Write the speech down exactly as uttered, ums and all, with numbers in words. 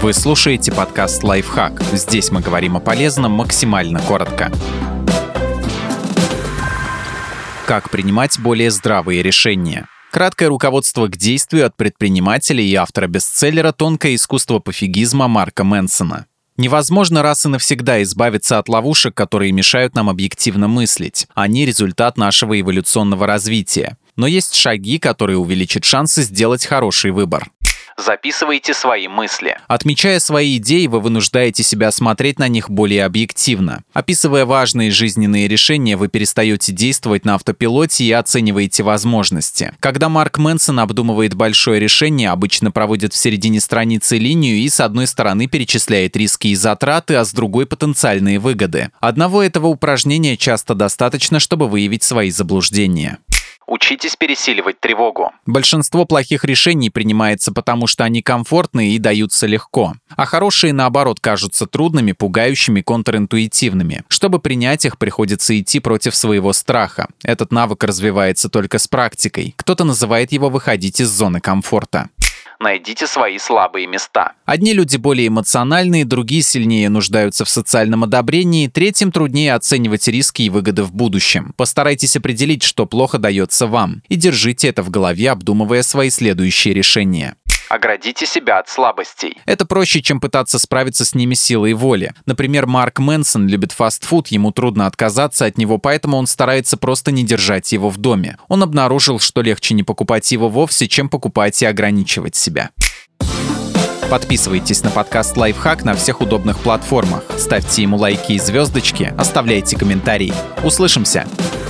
Вы слушаете подкаст «Лайфхак». Здесь мы говорим о полезном максимально коротко. Как принимать более здравые решения? Краткое руководство к действию от предпринимателя и автора бестселлера «Тонкое искусство пофигизма» Марка Мэнсона. Невозможно раз и навсегда избавиться от ловушек, которые мешают нам объективно мыслить. Они — результат нашего эволюционного развития. Но есть шаги, которые увеличат шансы сделать хороший выбор. Записывайте свои мысли. Отмечая свои идеи, вы вынуждаете себя смотреть на них более объективно. Описывая важные жизненные решения, вы перестаете действовать на автопилоте и оцениваете возможности. Когда Марк Мэнсон обдумывает большое решение, обычно проводит в середине страницы линию и с одной стороны перечисляет риски и затраты, а с другой — потенциальные выгоды. Одного этого упражнения часто достаточно, чтобы выявить свои заблуждения. Учитесь пересиливать тревогу. Большинство плохих решений принимается потому, что они комфортные и даются легко. А хорошие, наоборот, кажутся трудными, пугающими, контринтуитивными. Чтобы принять их, приходится идти против своего страха. Этот навык развивается только с практикой. Кто-то называет его «выходить из зоны комфорта». Найдите свои слабые места. Одни люди более эмоциональные, другие сильнее нуждаются в социальном одобрении, третьим труднее оценивать риски и выгоды в будущем. Постарайтесь определить, что плохо дается вам, и держите это в голове, обдумывая свои следующие решения. Оградите себя от слабостей. Это проще, чем пытаться справиться с ними силой воли. Например, Марк Мэнсон любит фастфуд, ему трудно отказаться от него, поэтому он старается просто не держать его в доме. Он обнаружил, что легче не покупать его вовсе, чем покупать и ограничивать себя. Подписывайтесь на подкаст «Лайфхак» на всех удобных платформах. Ставьте ему лайки и звездочки, оставляйте комментарии. Услышимся!